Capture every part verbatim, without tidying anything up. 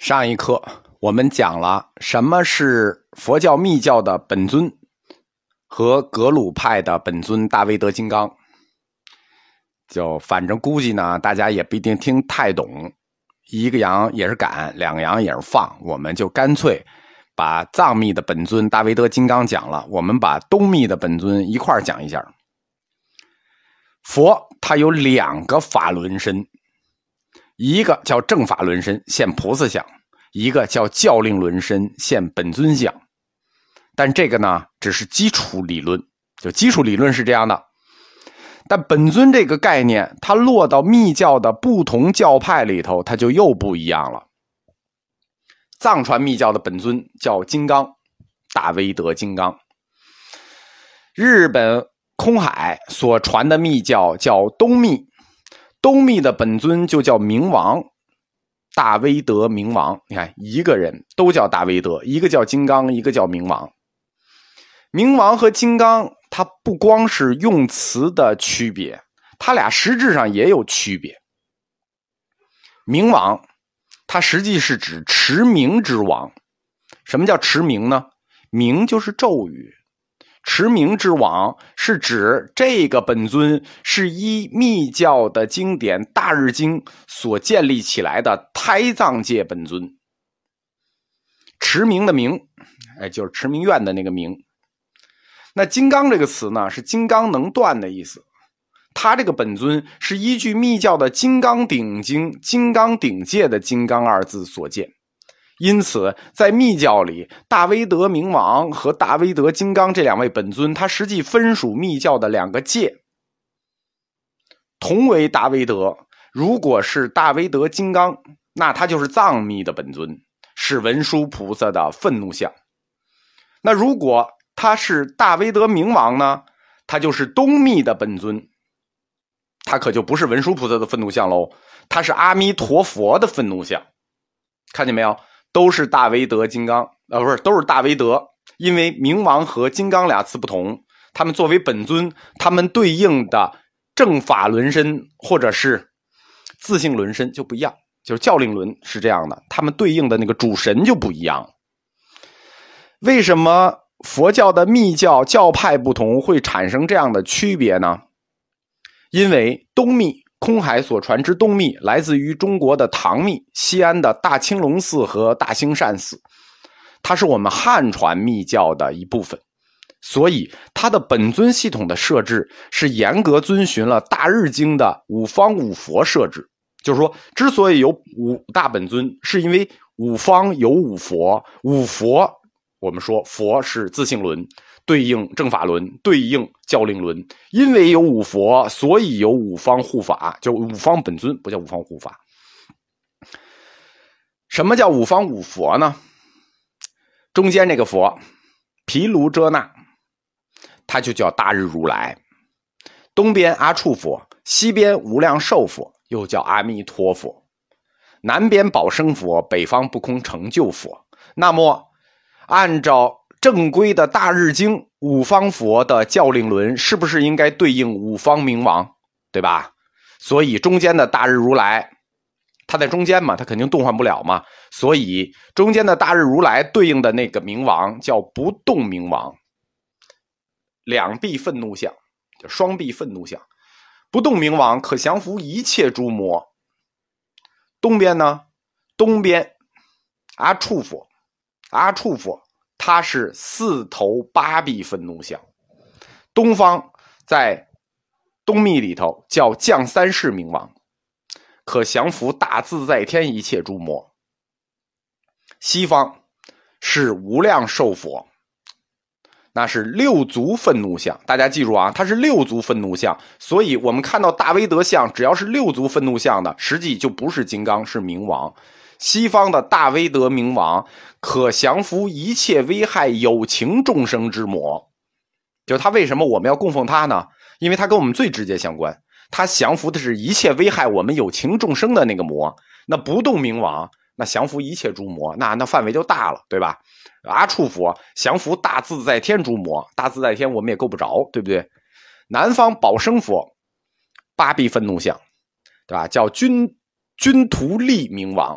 上一课我们讲了什么是佛教密教的本尊和格鲁派的本尊大威德金刚，就反正估计呢大家也不一定听太懂，一个羊也是赶，两个羊也是放，我们就干脆把藏密的本尊大威德金刚讲了，我们把东密的本尊一块讲一下。佛他有两个法轮身，一个叫正法轮身现菩萨相，一个叫教令轮身现本尊相。但这个呢只是基础理论，就基础理论是这样的，但本尊这个概念它落到密教的不同教派里头，它就又不一样了。藏传密教的本尊叫金刚，大威德金刚。日本空海所传的密教叫东密，东密的本尊就叫明王，大威德明王。你看一个人都叫大威德，一个叫金刚，一个叫明王。明王和金刚它不光是用词的区别，它俩实质上也有区别。明王它实际是指持明之王。什么叫持明呢？明就是咒语，持明之王是指这个本尊是依密教的经典《大日经》所建立起来的胎藏界本尊。持明的明，哎，就是持明院的那个明。那金刚这个词呢，是金刚能断的意思。他这个本尊是依据密教的金刚顶经、金刚顶界的金刚二字所建。因此在密教里，大威德明王和大威德金刚这两位本尊，它实际分属密教的两个界。同为大威德，如果是大威德金刚，那他就是藏密的本尊，是文殊菩萨的愤怒相。那如果他是大威德明王呢，他就是东密的本尊，他可就不是文殊菩萨的愤怒相喽，他是阿弥陀佛的愤怒相。看见没有？都是大威德金刚，呃，不是，都是大威德。因为明王和金刚俩词不同，他们作为本尊，他们对应的正法轮身或者是自性轮身就不一样，就是教令轮是这样的，他们对应的那个主神就不一样。为什么佛教的密教教派不同会产生这样的区别呢？因为东密空海所传之东密来自于中国的唐密，西安的大青龙寺和大兴善寺，它是我们汉传密教的一部分，所以它的本尊系统的设置是严格遵循了大日经的五方五佛设置。就是说之所以有五大本尊，是因为五方有五佛，五佛我们说佛是自性轮，对应正法轮，对应教令轮。因为有五佛，所以有五方护法，就五方本尊，不叫五方护法。什么叫五方五佛呢？中间这个佛毗卢遮那，他就叫大日如来。东边阿处佛，西边无量寿佛，又叫阿弥陀佛。南边宝生佛，北方不空成就佛。那么按照正规的大日经，五方佛的教令轮是不是应该对应五方明王，对吧？所以中间的大日如来，他在中间嘛，他肯定动换不了嘛，所以中间的大日如来对应的那个明王叫不动明王，两臂愤怒相，就双臂愤怒相。不动明王可降服一切诸魔。东边呢，东边阿处佛，阿处佛他是四头八臂愤怒相。东方在东密里头叫降三世明王，可降服大自在天一切诸魔。西方是无量寿佛，那是六足愤怒相。大家记住啊，它是六足愤怒相，所以我们看到大威德相，只要是六足愤怒相的，实际就不是金刚，是明王。西方的大威德明王可降服一切危害有情众生之魔。就他为什么我们要供奉他呢？因为他跟我们最直接相关，他降服的是一切危害我们有情众生的那个魔。那不动明王那降服一切诸魔，那那范围就大了，对吧？阿处佛降服大自在天诸魔，大自在天我们也够不着，对不对？南方宝生佛八臂愤怒相，对吧？叫君君图利明王，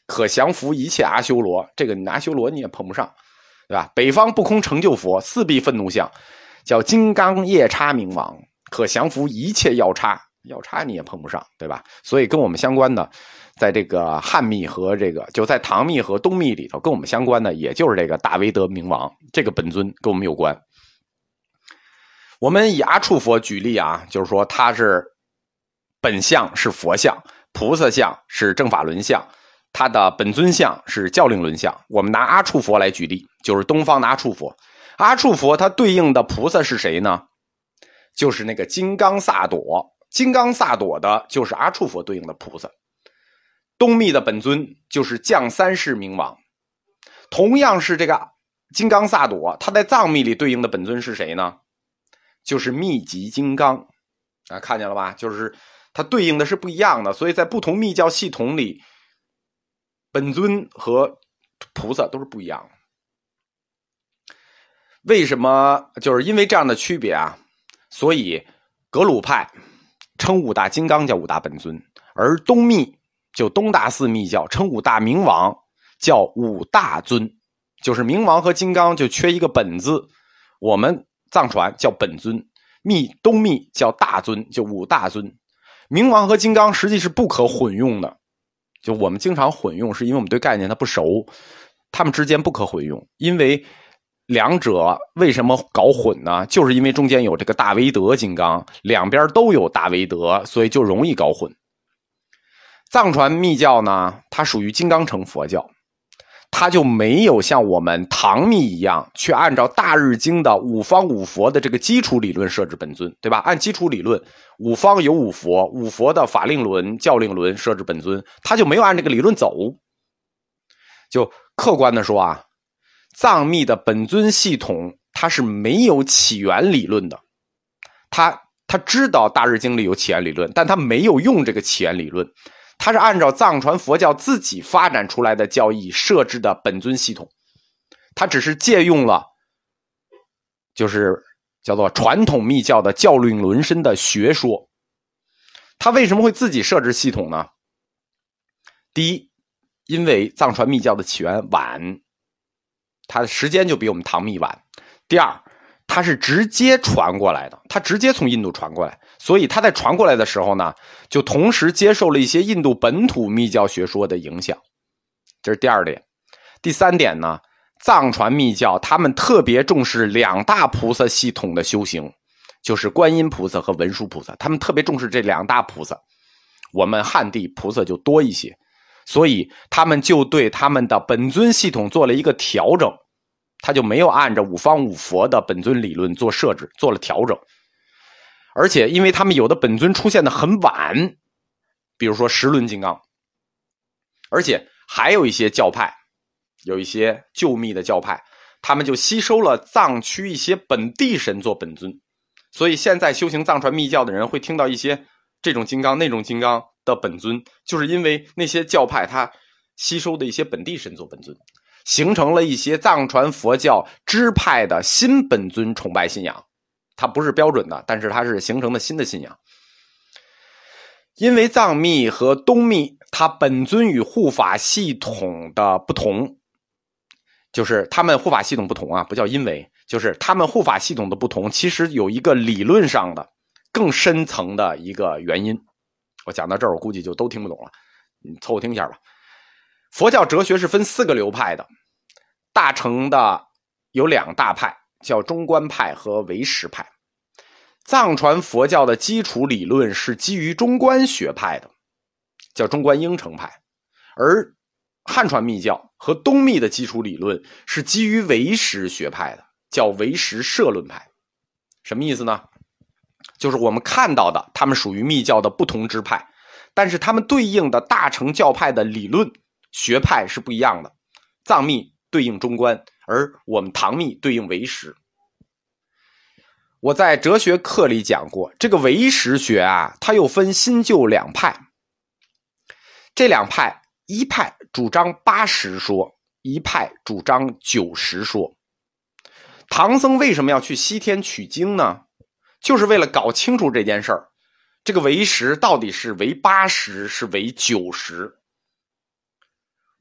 可降服一切阿修罗，这个你阿修罗你也碰不上，对吧？北方不空成就佛，四臂愤怒相，叫金刚夜叉明王，可降服一切药叉，药叉你也碰不上，对吧？所以跟我们相关的，在这个汉密和这个就在唐密和东密里头，跟我们相关的也就是这个大威德明王，这个本尊跟我们有关。我们以阿处佛举例啊，就是说他是本相是佛相，菩萨相是正法轮相，他的本尊相是教令轮相。我们拿阿处佛来举例，就是东方的阿处佛。阿处佛他对应的菩萨是谁呢？就是那个金刚萨埵，金刚萨埵的就是阿处佛对应的菩萨。东密的本尊就是降三世明王，同样是这个金刚萨埵，他在藏密里对应的本尊是谁呢？就是密集金刚啊，看见了吧？就是它对应的是不一样的，所以在不同密教系统里，本尊和菩萨都是不一样的。为什么？就是因为这样的区别啊，所以格鲁派称五大金刚叫五大本尊，而东密就东大寺密教称五大明王叫五大尊，就是明王和金刚就缺一个本字，我们藏传叫本尊，密东密叫大尊，就五大尊。明王和金刚实际是不可混用的，就我们经常混用是因为我们对概念它不熟，他们之间不可混用。因为两者为什么搞混呢？就是因为中间有这个大威德金刚，两边都有大威德，所以就容易搞混。藏传密教呢，它属于金刚乘佛教，它就没有像我们唐密一样去按照大日经的五方五佛的这个基础理论设置本尊，对吧？按基础理论，五方有五佛，五佛的法令轮、教令轮设置本尊，它就没有按这个理论走。就客观的说啊，藏密的本尊系统它是没有起源理论的，它它知道大日经里有起源理论，但它没有用这个起源理论。它是按照藏传佛教自己发展出来的教义设置的本尊系统，它只是借用了就是叫做传统密教的教令轮身的学说。它为什么会自己设置系统呢？第一，因为藏传密教的起源晚，它的时间就比我们唐密晚。第二，它是直接传过来的，它直接从印度传过来，所以它在传过来的时候呢，就同时接受了一些印度本土密教学说的影响，这是第二点。第三点呢，藏传密教他们特别重视两大菩萨系统的修行，就是观音菩萨和文殊菩萨，他们特别重视这两大菩萨。我们汉地菩萨就多一些，所以他们就对他们的本尊系统做了一个调整，他就没有按照五方五佛的本尊理论做设置，做了调整。而且因为他们有的本尊出现的很晚，比如说十轮金刚，而且还有一些教派，有一些旧密的教派，他们就吸收了藏区一些本地神做本尊，所以现在修行藏传密教的人会听到一些这种金刚那种金刚的本尊，就是因为那些教派他吸收的一些本地神做本尊，形成了一些藏传佛教支派的新本尊崇拜信仰。它不是标准的，但是它是形成的新的信仰。因为藏密和东密它本尊与护法系统的不同，就是他们护法系统不同啊，不叫因为，就是他们护法系统的不同，其实有一个理论上的更深层的一个原因。我讲到这儿我估计就都听不懂了，你凑合听一下吧。佛教哲学是分四个流派的，大乘的有两大派，叫中观派和唯识派。藏传佛教的基础理论是基于中观学派的，叫中观应成派，而汉传密教和东密的基础理论是基于唯识学派的，叫唯识社论派。什么意思呢？就是我们看到的他们属于密教的不同支派，但是他们对应的大乘教派的理论学派是不一样的。藏密对应中观，而我们唐密对应唯识。我在哲学课里讲过，这个唯识学啊，它又分新旧两派。这两派，一派主张八识说，一派主张九识说。唐僧为什么要去西天取经呢？就是为了搞清楚这件事儿，这个唯识到底是唯八识是唯九识。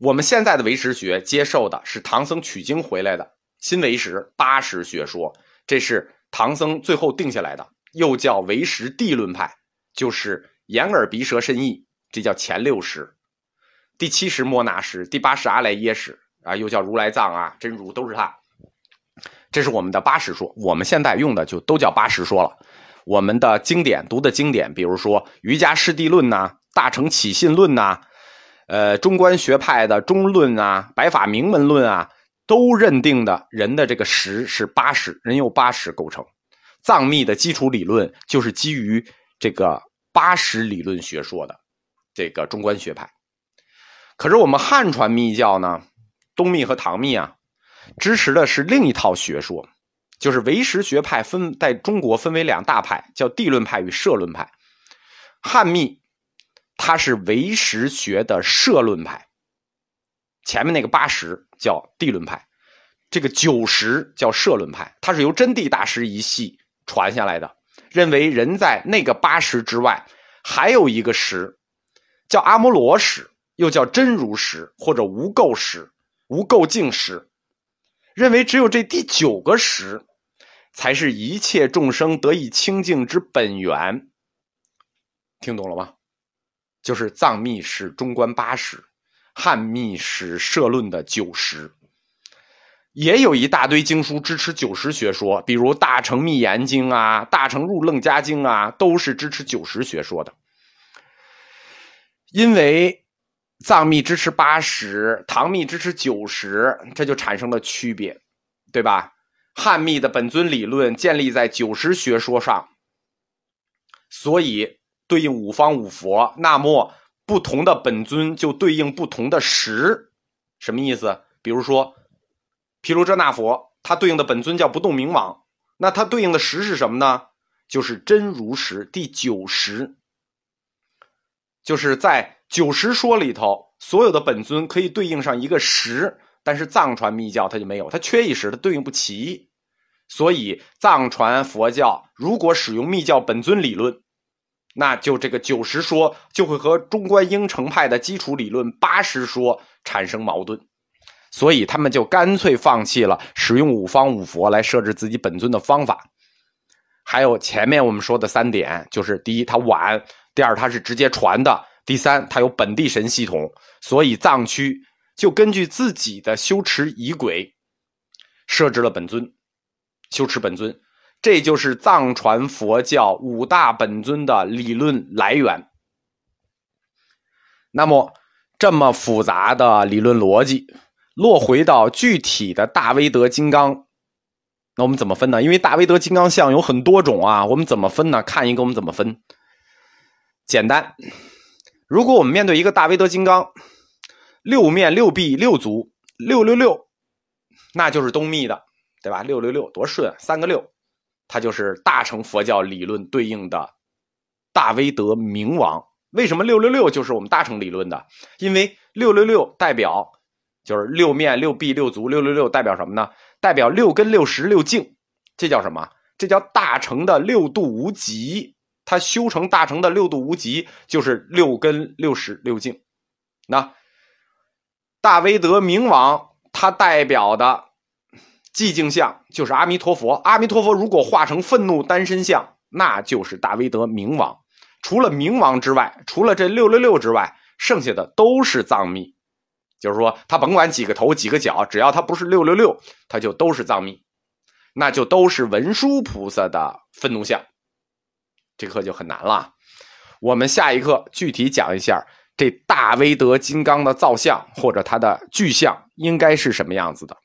我们现在的唯识学接受的是唐僧取经回来的新唯识八识学说，这是唐僧最后定下来的，又叫唯识地论派，就是眼耳鼻舌身意，这叫前六识。第七识莫那识，第八识阿赖耶识啊，又叫如来藏啊、真如，都是它。这是我们的八识说，我们现在用的就都叫八识说了。我们的经典读的经典，比如说瑜伽师地论呐、大乘起信论呐、呃中观学派的中论啊、白法明门论啊，都认定的人的这个识是八识，人由八识构成。藏密的基础理论就是基于这个八识理论学说的这个中观学派。可是我们汉传密教呢，东密和唐密啊，支持的是另一套学说，就是唯识学派分在中国分为两大派，叫地论派与摄论派。汉密它是唯识学的摄论派，前面那个八识叫地论派，这个九识叫摄论派，它是由真谛大师一系传下来的，认为人在那个八识之外还有一个识，叫阿摩罗识，又叫真如识或者无垢识、无垢净识，认为只有这第九个识才是一切众生得以清净之本源。听懂了吗？就是藏密是中观八识，汉密是摄论的九识。也有一大堆经书支持九识学说，比如大乘密严经啊、大乘入楞伽经啊，都是支持九识学说的。因为藏密支持八识，唐密支持九识，这就产生了区别，对吧？汉密的本尊理论建立在九识学说上，所以对应五方五佛，那么不同的本尊就对应不同的识。什么意思？比如说毗卢遮那佛，它对应的本尊叫不动明王，那它对应的识是什么呢？就是真如识，第九识。就是在九识说里头，所有的本尊可以对应上一个识，但是藏传密教它就没有，它缺一识，它对应不齐。所以藏传佛教如果使用密教本尊理论，那就这个九识说就会和中观应成派的基础理论八识说产生矛盾，所以他们就干脆放弃了使用五方五佛来设置自己本尊的方法。还有前面我们说的三点，就是第一它晚，第二它是直接传的，第三它有本地神系统，所以藏区就根据自己的修持仪轨设置了本尊，修持本尊，这就是藏传佛教五大本尊的理论来源。那么这么复杂的理论逻辑落回到具体的大威德金刚，那我们怎么分呢？因为大威德金刚像有很多种啊，我们怎么分呢？看一个我们怎么分。简单，如果我们面对一个大威德金刚，六面六臂六足六六六，那就是东密的，对吧？六六六多顺，三个六，它就是大乘佛教理论对应的大威德明王。为什么六六六就是我们大乘理论的？因为六六六代表就是六面六臂六足，六六六代表什么呢？代表六根六识六境，这叫什么？这叫大乘的六度无极。他修成大乘的六度无极，就是六根六识六境。那大威德明王他代表的寂静相就是阿弥陀佛，阿弥陀佛如果化成愤怒单身相，那就是大威德明王。除了明王之外，除了这六六六之外，剩下的都是藏密。就是说他甭管几个头几个脚，只要他不是六六六，他就都是藏密，那就都是文殊菩萨的愤怒相。这课就很难了，我们下一课具体讲一下这大威德金刚的造像或者它的具象应该是什么样子的。